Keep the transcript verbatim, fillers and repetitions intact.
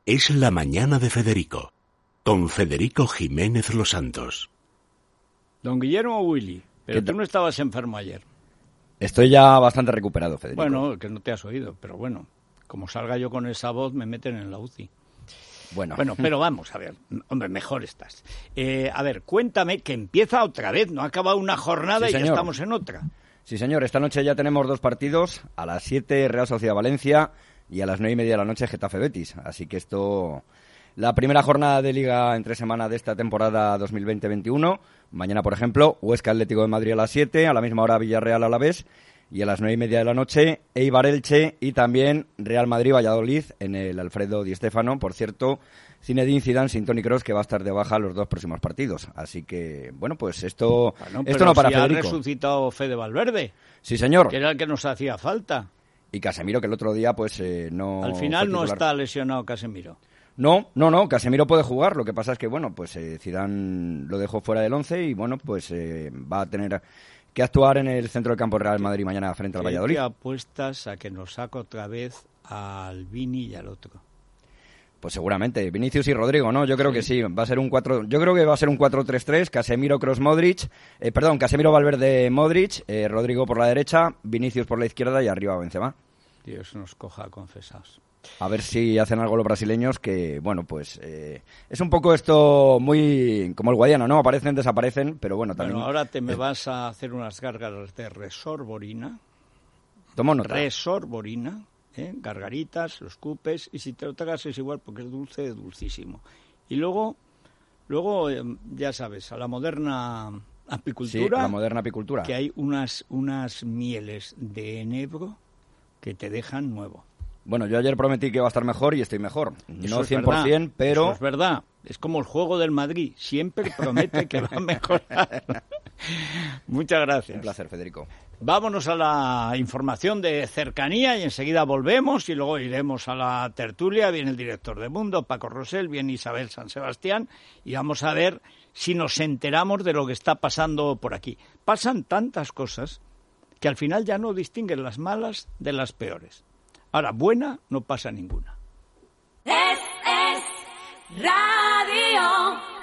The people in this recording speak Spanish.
es La Mañana de Federico, con Federico Jiménez Los Santos. Don Guillermo Willy, pero tú no estabas enfermo ayer. Estoy ya bastante recuperado, Federico. Bueno, que no te has oído, pero bueno, como salga yo con esa voz me meten en la U C I. Bueno, bueno, pero vamos a ver, hombre, mejor estás. Eh, a ver, cuéntame que empieza otra vez, no ha acabado una jornada sí, y ya señor. estamos en otra. Sí, señor, esta noche ya tenemos dos partidos, a las siete Real Sociedad Valencia y a las nueve y media de la noche Getafe Betis, así que esto... La primera jornada de Liga entre semana de esta temporada dos mil veinte veintiuno, mañana, por ejemplo, Huesca Atlético de Madrid a las siete, a la misma hora Villarreal Alavés, y a las nueve y media de la noche Eibar Elche y también Real Madrid Valladolid en el Alfredo Di Stéfano. Por cierto, Zinedine Zidane sin Toni Kroos, que va a estar de baja los dos próximos partidos. Así que, bueno, pues esto, bueno, esto no para si Federico. Ha resucitado Fede Valverde. Sí, señor. Que era el que nos hacía falta. Y Casemiro, que el otro día, pues eh, no... Al final no está lesionado Casemiro. No, no, no, Casemiro puede jugar, lo que pasa es que, bueno, pues eh, Zidane lo dejó fuera del once y, bueno, pues eh, va a tener que actuar en el centro del campo Real Madrid mañana frente al Valladolid. ¿Qué apuestas a que nos saca otra vez al Vini y al otro? Pues seguramente, Vinicius y Rodrigo, ¿no? Yo creo sí. que sí, va a ser un cuatro, yo creo que va a ser un cuatro tres tres, Casemiro, Kroos, Modric, eh, perdón, Casemiro, Valverde, Modric, eh, Rodrigo por la derecha, Vinicius por la izquierda y arriba Benzema. Dios nos coja confesados. A ver si hacen algo los brasileños, que, bueno, pues eh, es un poco esto muy como el Guadiana, ¿no? Aparecen, desaparecen, pero bueno, también... Bueno, ahora te me es... vas a hacer unas gárgaras de resorborina. Tomo nota. Resorborina, ¿eh? Gargaritas, los cupes, y si te lo tragas es igual porque es dulce, dulcísimo. Y luego, luego eh, ya sabes, a la moderna apicultura... Sí, la moderna apicultura. Que hay unas, unas mieles de enebro que te dejan nuevo. Bueno, yo ayer prometí que iba a estar mejor y estoy mejor. Eso no cien por ciento, verdad, pero... Eso es verdad. Es como el juego del Madrid. Siempre promete que va a mejorar. Muchas gracias. Un placer, Federico. Vámonos a la información de cercanía y enseguida volvemos y luego iremos a la tertulia. Viene el director de Mundo, Paco Rosell, viene Isabel San Sebastián y vamos a ver si nos enteramos de lo que está pasando por aquí. Pasan tantas cosas que al final ya no distinguen las malas de las peores. Ahora, buena no pasa ninguna. Es, es radio.